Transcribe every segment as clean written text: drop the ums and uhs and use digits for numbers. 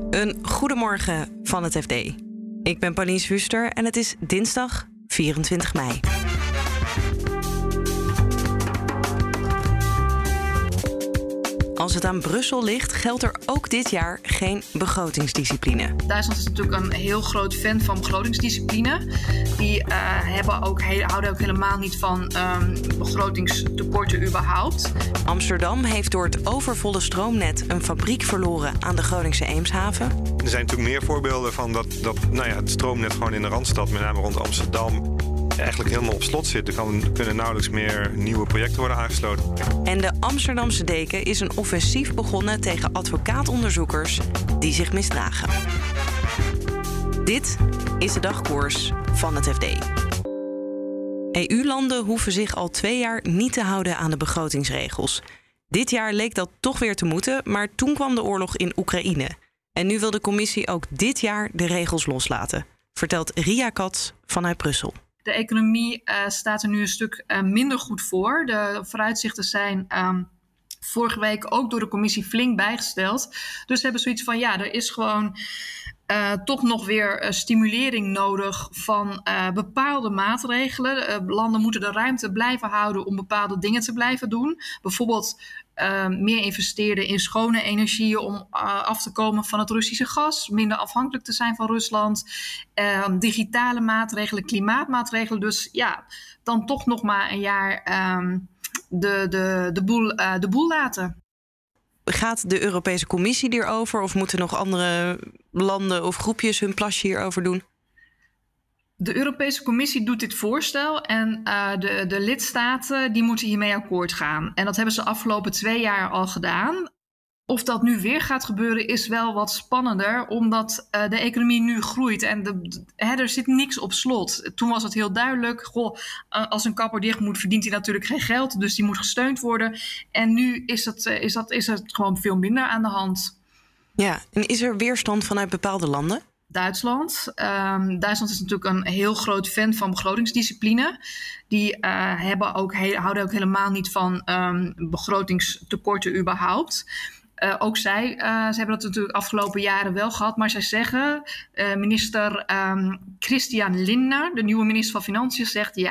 Een goedemorgen van het FD. Ik ben Pauline Swuster en het is dinsdag 24 mei. Als het aan Brussel ligt, geldt er ook dit jaar geen begrotingsdiscipline. Duitsland is natuurlijk een heel groot fan van begrotingsdiscipline. Die houden ook helemaal niet van begrotingstekorten überhaupt. Amsterdam heeft door het overvolle stroomnet een fabriek verloren aan de Groningse Eemshaven. Er zijn natuurlijk meer voorbeelden van dat het stroomnet gewoon in de Randstad, met name rond Amsterdam, eigenlijk helemaal op slot zit. Er kunnen nauwelijks meer nieuwe projecten worden aangesloten. En de Amsterdamse deken is een offensief begonnen tegen advocaatonderzoekers die zich misdragen. Dit is de dagkoers van het FD. EU-landen hoeven zich al 2 jaar niet te houden aan de begrotingsregels. Dit jaar leek dat toch weer te moeten, maar toen kwam de oorlog in Oekraïne. En nu wil de commissie ook dit jaar de regels loslaten, vertelt Ria Katz vanuit Brussel. De economie staat er nu een stuk minder goed voor. De vooruitzichten zijn vorige week ook door de commissie flink bijgesteld. Dus ze hebben zoiets van, er is gewoon toch nog weer stimulering nodig van bepaalde maatregelen. Landen moeten de ruimte blijven houden om bepaalde dingen te blijven doen. Bijvoorbeeld meer investeren in schone energieën om af te komen van het Russische gas. Minder afhankelijk te zijn van Rusland. Digitale maatregelen, klimaatmaatregelen. Dus dan toch nog maar een jaar de boel laten. Gaat de Europese Commissie hierover of moeten nog andere landen of groepjes hun plasje hierover doen? De Europese Commissie doet dit voorstel en de lidstaten die moeten hiermee akkoord gaan. En dat hebben ze de afgelopen 2 jaar al gedaan. Of dat nu weer gaat gebeuren is wel wat spannender, omdat de economie nu groeit en er zit niks op slot. Toen was het heel duidelijk, als een kapper dicht moet, verdient hij natuurlijk geen geld, dus die moet gesteund worden. En nu is het gewoon veel minder aan de hand. Ja, en is er weerstand vanuit bepaalde landen? Duitsland. Duitsland is natuurlijk een heel groot fan van begrotingsdiscipline. Die houden ook helemaal niet van begrotingstekorten überhaupt. Ook ze hebben dat natuurlijk afgelopen jaren wel gehad. Maar zij zeggen, minister Christian Lindner, de nieuwe minister van Financiën, zegt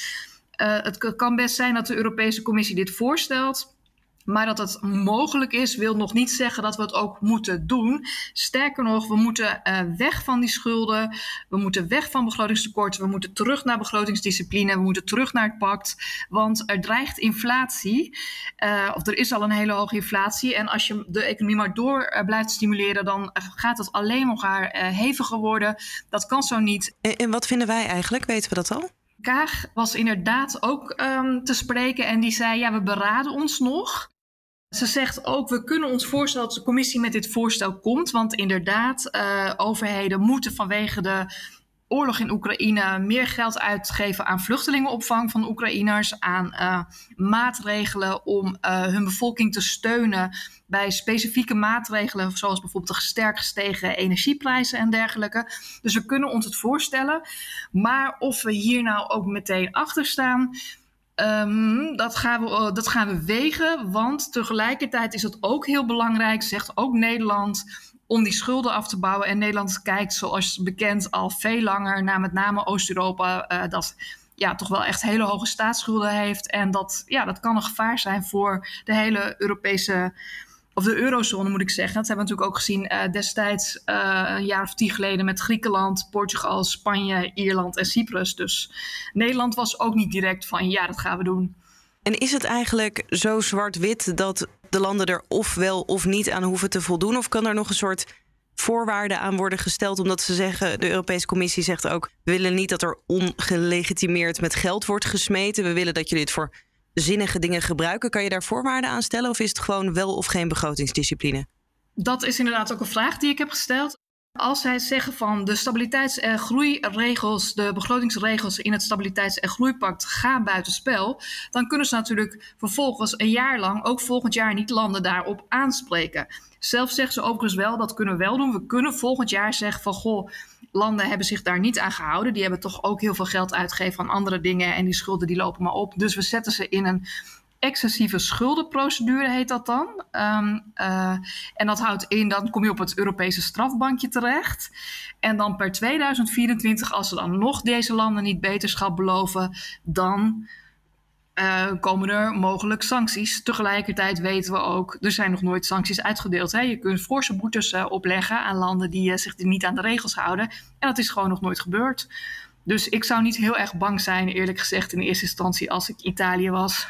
het kan best zijn dat de Europese Commissie dit voorstelt. Maar dat het mogelijk is, wil nog niet zeggen dat we het ook moeten doen. Sterker nog, we moeten weg van die schulden. We moeten weg van begrotingstekorten. We moeten terug naar begrotingsdiscipline. We moeten terug naar het pact. Want er dreigt inflatie. Of er is al een hele hoge inflatie. En als je de economie maar door blijft stimuleren, dan gaat het alleen nog maar heviger worden. Dat kan zo niet. En wat vinden wij eigenlijk? Weten we dat al? Kaag was inderdaad ook te spreken. En die zei, we beraden ons nog. Ze zegt ook, we kunnen ons voorstellen dat de commissie met dit voorstel komt. Want inderdaad, overheden moeten vanwege de oorlog in Oekraïne meer geld uitgeven aan vluchtelingenopvang van Oekraïners. Aan maatregelen om hun bevolking te steunen bij specifieke maatregelen. Zoals bijvoorbeeld de sterk gestegen energieprijzen en dergelijke. Dus we kunnen ons het voorstellen. Maar of we hier nou ook meteen achter staan, dat gaan we wegen, want tegelijkertijd is het ook heel belangrijk, zegt ook Nederland, om die schulden af te bouwen. En Nederland kijkt, zoals bekend, al veel langer naar met name Oost-Europa, dat toch wel echt hele hoge staatsschulden heeft. En dat kan een gevaar zijn voor de hele Europese, of de eurozone moet ik zeggen. Dat hebben we natuurlijk ook gezien destijds een jaar of 10 geleden met Griekenland, Portugal, Spanje, Ierland en Cyprus. Dus Nederland was ook niet direct van dat gaan we doen. En is het eigenlijk zo zwart-wit dat de landen er of wel of niet aan hoeven te voldoen? Of kan er nog een soort voorwaarden aan worden gesteld omdat ze zeggen, de Europese Commissie zegt ook, we willen niet dat er ongelegitimeerd met geld wordt gesmeten. We willen dat jullie het voor zinnige dingen gebruiken. Kan je daar voorwaarden aan stellen of is het gewoon wel of geen begrotingsdiscipline? Dat is inderdaad ook een vraag die ik heb gesteld. Als zij zeggen van de stabiliteits- en groeiregels, de begrotingsregels in het Stabiliteits- en Groeipact gaan buitenspel, dan kunnen ze natuurlijk vervolgens een jaar lang, ook volgend jaar, niet landen daarop aanspreken. Zelf zeggen ze overigens wel, dat kunnen we wel doen. We kunnen volgend jaar zeggen van landen hebben zich daar niet aan gehouden. Die hebben toch ook heel veel geld uitgegeven aan andere dingen en die schulden die lopen maar op. Dus we zetten ze in een excessieve schuldenprocedure, heet dat dan. En dat houdt in, dan kom je op het Europese strafbankje terecht. En dan per 2024, als ze dan nog deze landen niet beterschap beloven, dan komen er mogelijk sancties. Tegelijkertijd weten we ook, er zijn nog nooit sancties uitgedeeld. Hè? Je kunt forse boetes opleggen aan landen die zich niet aan de regels houden. En dat is gewoon nog nooit gebeurd. Dus ik zou niet heel erg bang zijn, eerlijk gezegd, in eerste instantie als ik Italië was.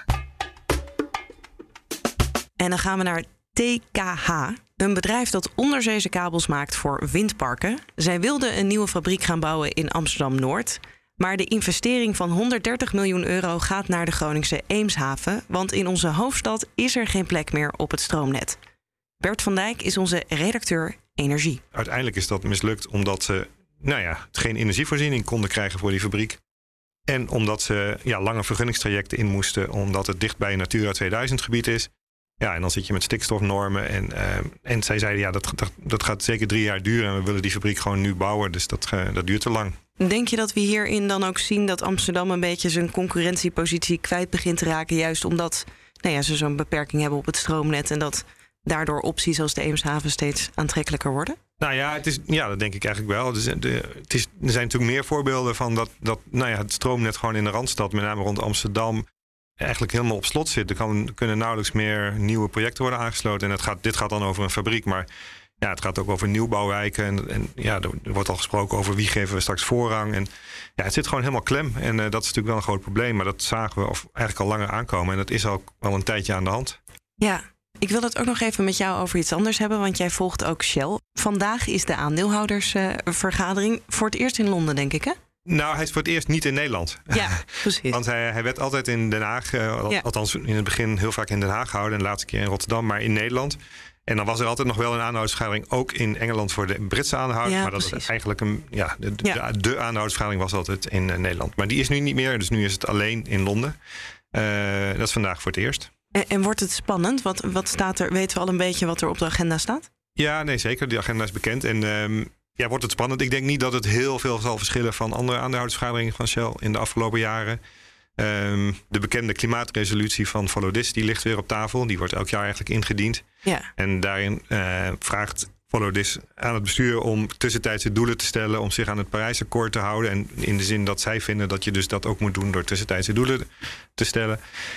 En dan gaan we naar TKH, een bedrijf dat onderzeese kabels maakt voor windparken. Zij wilden een nieuwe fabriek gaan bouwen in Amsterdam-Noord. Maar de investering van 130 miljoen euro gaat naar de Groningse Eemshaven, want in onze hoofdstad is er geen plek meer op het stroomnet. Bert van Dijk is onze redacteur energie. Uiteindelijk is dat mislukt omdat ze geen energievoorziening konden krijgen voor die fabriek. En omdat ze lange vergunningstrajecten in moesten, omdat het dicht bij een Natura 2000 gebied is. Ja, en dan zit je met stikstofnormen. En zij zeiden, dat gaat zeker 3 jaar duren. En we willen die fabriek gewoon nu bouwen. Dus dat duurt te lang. Denk je dat we hierin dan ook zien dat Amsterdam een beetje zijn concurrentiepositie kwijt begint te raken? Juist omdat ze zo'n beperking hebben op het stroomnet. En dat daardoor opties als de Eemshaven steeds aantrekkelijker worden? Nou ja, dat denk ik eigenlijk wel. Er zijn natuurlijk meer voorbeelden van dat het stroomnet gewoon in de Randstad, met name rond Amsterdam, eigenlijk helemaal op slot zit. Er kunnen nauwelijks meer nieuwe projecten worden aangesloten. En dit gaat dan over een fabriek, maar het gaat ook over nieuwbouwwijken. Er wordt al gesproken over wie geven we straks voorrang. En het zit gewoon helemaal klem. En dat is natuurlijk wel een groot probleem. Maar dat zagen we eigenlijk al langer aankomen. En dat is ook al een tijdje aan de hand. Ja, ik wil het ook nog even met jou over iets anders hebben, want jij volgt ook Shell. Vandaag is de aandeelhoudersvergadering voor het eerst in Londen, denk ik, hè? Nou, hij is voor het eerst niet in Nederland. Ja, precies. Want hij werd altijd in Den Haag, althans in het begin heel vaak in Den Haag gehouden en de laatste keer in Rotterdam, maar in Nederland. En dan was er altijd nog wel een aandeelhoudersvergadering, ook in Engeland voor de Britse aandeelhouders. Maar dat is eigenlijk de aandeelhoudersvergadering was altijd in Nederland. Maar die is nu niet meer, dus nu is het alleen in Londen. Dat is vandaag voor het eerst. En wordt het spannend? Wat staat er? Weten we al een beetje wat er op de agenda staat? Ja, nee, zeker. Die agenda is bekend. En wordt het spannend? Ik denk niet dat het heel veel zal verschillen van andere aandeelhoudersvergaderingen van Shell in de afgelopen jaren. De bekende klimaatresolutie van Follow This, die ligt weer op tafel. Die wordt elk jaar eigenlijk ingediend. Ja. En daarin vraagt Follow This aan het bestuur om tussentijdse doelen te stellen, om zich aan het Parijsakkoord te houden. En in de zin dat zij vinden dat je dus dat ook moet doen door tussentijdse doelen te stellen.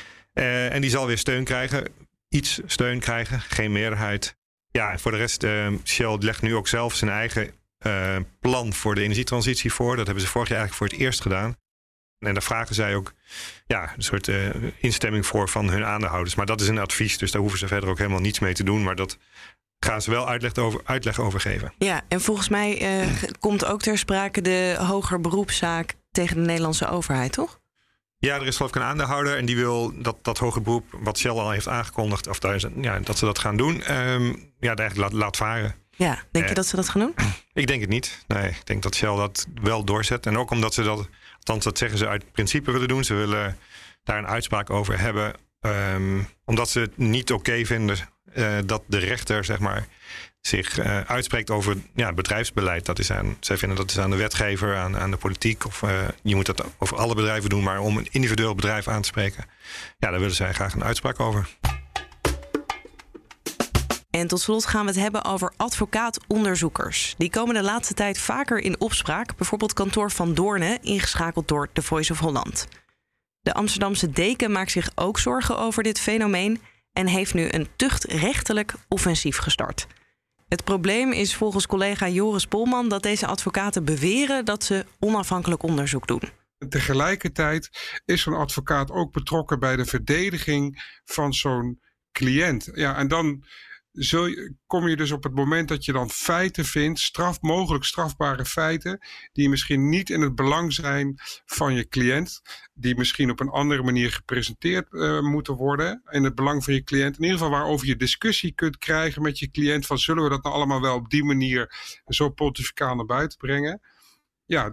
En die zal weer steun krijgen. Iets steun krijgen, geen meerderheid. Ja, en voor de rest, Shell legt nu ook zelf zijn eigen plan voor de energietransitie voor. Dat hebben ze vorig jaar eigenlijk voor het eerst gedaan. En daar vragen zij ook een soort instemming voor van hun aandeelhouders. Maar dat is een advies, dus daar hoeven ze verder ook helemaal niets mee te doen. Maar dat gaan ze wel uitleg over geven. Ja, en volgens mij komt ook ter sprake de hoger beroepszaak tegen de Nederlandse overheid, toch? Ja, er is geloof ik een aandeelhouder en die wil dat hoger beroep, wat Shell al heeft aangekondigd, of dat ze dat gaan doen, eigenlijk laat varen. Ja, denk je dat ze dat gaan doen? Ik denk het niet. Nee, ik denk dat Shell dat wel doorzet. En ook omdat ze dat, althans dat zeggen ze uit principe willen doen. Ze willen daar een uitspraak over hebben. Omdat ze het niet oké vinden dat de rechter, zeg maar, zich uitspreekt over het bedrijfsbeleid. Zij vinden dat is aan de wetgever, aan de politiek. Of je moet dat over alle bedrijven doen. Maar om een individueel bedrijf aan te spreken, daar willen zij graag een uitspraak over. En tot slot gaan we het hebben over advocaatonderzoekers. Die komen de laatste tijd vaker in opspraak. Bijvoorbeeld kantoor Van Doorne, ingeschakeld door The Voice of Holland. De Amsterdamse deken maakt zich ook zorgen over dit fenomeen en heeft nu een tuchtrechtelijk offensief gestart. Het probleem is volgens collega Joris Polman dat deze advocaten beweren dat ze onafhankelijk onderzoek doen. Tegelijkertijd is zo'n advocaat ook betrokken bij de verdediging van zo'n cliënt. Ja, en dan kom je dus op het moment dat je dan feiten vindt, mogelijk strafbare feiten, die misschien niet in het belang zijn van je cliënt, die misschien op een andere manier gepresenteerd moeten worden in het belang van je cliënt. In ieder geval waarover je discussie kunt krijgen met je cliënt van zullen we dat nou allemaal wel op die manier zo pontificaal naar buiten brengen. Ja,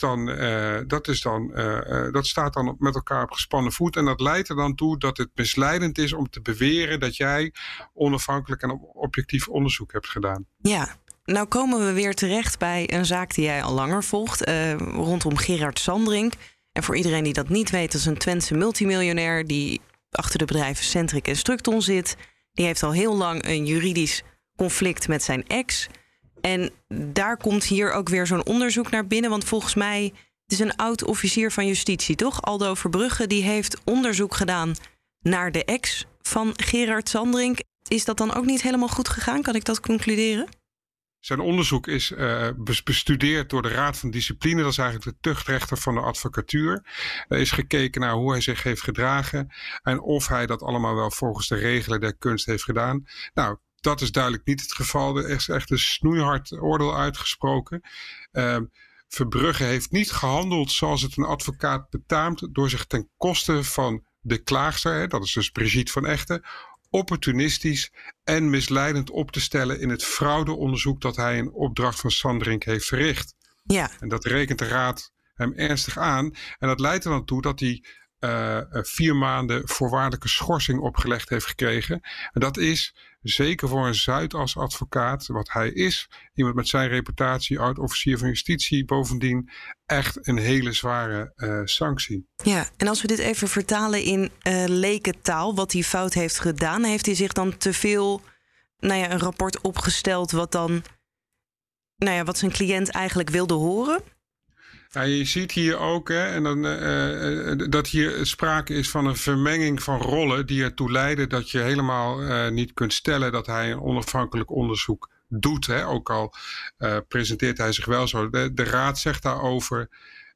dat staat dan met elkaar op gespannen voet. En dat leidt er dan toe dat het misleidend is om te beweren dat jij onafhankelijk en objectief onderzoek hebt gedaan. Ja, nou komen we weer terecht bij een zaak die jij al langer volgt, rondom Gerard Sandring. En voor iedereen die dat niet weet, dat is een Twentse multimiljonair die achter de bedrijven Centric en Structon zit. Die heeft al heel lang een juridisch conflict met zijn ex. En daar komt hier ook weer zo'n onderzoek naar binnen. Want volgens mij, het is een oud-officier van justitie, toch? Aldo Verbrugge, die heeft onderzoek gedaan naar de ex van Gerard Sandring. Is dat dan ook niet helemaal goed gegaan? Kan ik dat concluderen? Zijn onderzoek is bestudeerd door de Raad van Discipline. Dat is eigenlijk de tuchtrechter van de advocatuur. Er is gekeken naar hoe hij zich heeft gedragen en of hij dat allemaal wel volgens de regelen der kunst heeft gedaan. Nou, dat is duidelijk niet het geval. Er is echt een snoeihard oordeel uitgesproken. Verbrugge heeft niet gehandeld zoals het een advocaat betaamt door zich ten koste van de klaagster, dat is dus Brigitte van Echten, opportunistisch en misleidend op te stellen in het fraudeonderzoek dat hij in opdracht van Sandring heeft verricht. Ja. En dat rekent de Raad hem ernstig aan. En dat leidt er dan toe dat hij 4 maanden voorwaardelijke schorsing opgelegd heeft gekregen. En dat is zeker voor een Zuidas advocaat, wat hij is, iemand met zijn reputatie, oud-officier van justitie, bovendien echt een hele zware sanctie. Ja, en als we dit even vertalen in lekentaal, wat hij fout heeft gedaan, heeft hij zich dan te veel een rapport opgesteld wat dan, wat zijn cliënt eigenlijk wilde horen? Ja, je ziet hier ook en dan, dat hier sprake is van een vermenging van rollen die ertoe leiden dat je helemaal niet kunt stellen dat hij een onafhankelijk onderzoek doet. Hè? Ook al presenteert hij zich wel zo. De Raad zegt daarover,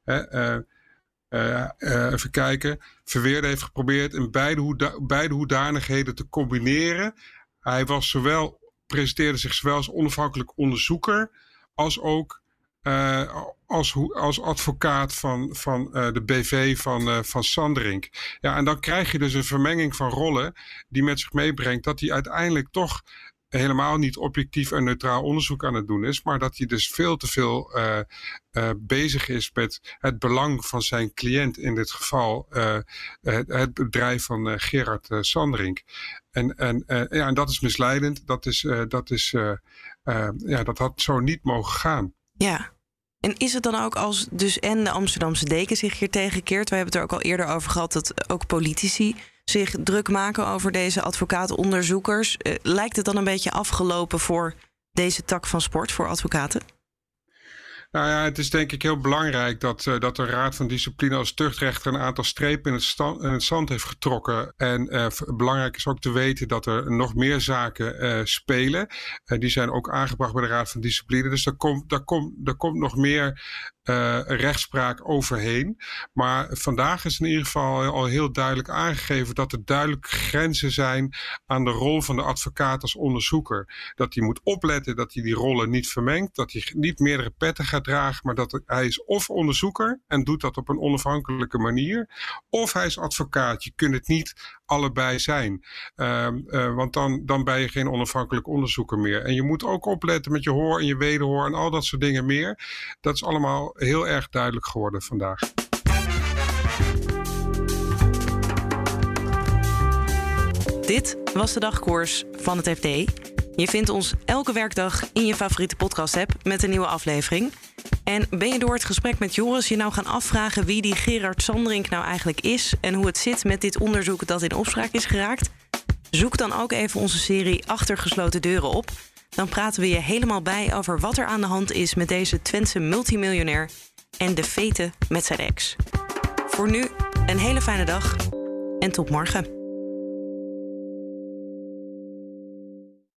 even kijken, Verweerde heeft geprobeerd in beide hoedanigheden te combineren. Hij presenteerde zich zowel als onafhankelijk onderzoeker als ook als advocaat van de BV van Sandring. Ja, en dan krijg je dus een vermenging van rollen die met zich meebrengt dat hij uiteindelijk toch helemaal niet objectief en neutraal onderzoek aan het doen is, maar dat hij dus veel te veel bezig is met het belang van zijn cliënt, in dit geval het bedrijf van Gerard Sandring. En dat is misleidend. Dat had zo niet mogen gaan. Ja. En is het dan ook als dus en de Amsterdamse deken zich hier tegenkeert? We hebben het er ook al eerder over gehad dat ook politici zich druk maken over deze advocaatonderzoekers. Lijkt het dan een beetje afgelopen voor deze tak van sport, voor advocaten? Nou ja, het is denk ik heel belangrijk dat de Raad van Discipline als tuchtrechter een aantal strepen in het zand heeft getrokken. En belangrijk is ook te weten dat er nog meer zaken spelen. Die zijn ook aangebracht bij de Raad van Discipline. Dus er komt nog meer rechtspraak overheen. Maar vandaag is in ieder geval al heel duidelijk aangegeven dat er duidelijk grenzen zijn aan de rol van de advocaat als onderzoeker. Dat hij moet opletten dat hij die rollen niet vermengt, dat hij niet meerdere petten gaat dragen, maar dat hij is of onderzoeker en doet dat op een onafhankelijke manier, of hij is advocaat. Je kunt het niet allebei zijn. Want dan ben je geen onafhankelijk onderzoeker meer. En je moet ook opletten met je hoor en je wederhoor en al dat soort dingen meer. Dat is allemaal heel erg duidelijk geworden vandaag. Dit was de dagkoers van het FD. Je vindt ons elke werkdag in je favoriete podcast-app met een nieuwe aflevering. En ben je door het gesprek met Joris je nou gaan afvragen wie die Gerard Sandring nou eigenlijk is en hoe het zit met dit onderzoek dat in opspraak is geraakt? Zoek dan ook even onze serie Achter gesloten deuren op. Dan praten we je helemaal bij over wat er aan de hand is met deze Twentse multimiljonair en de feiten met zijn ex. Voor nu een hele fijne dag en tot morgen.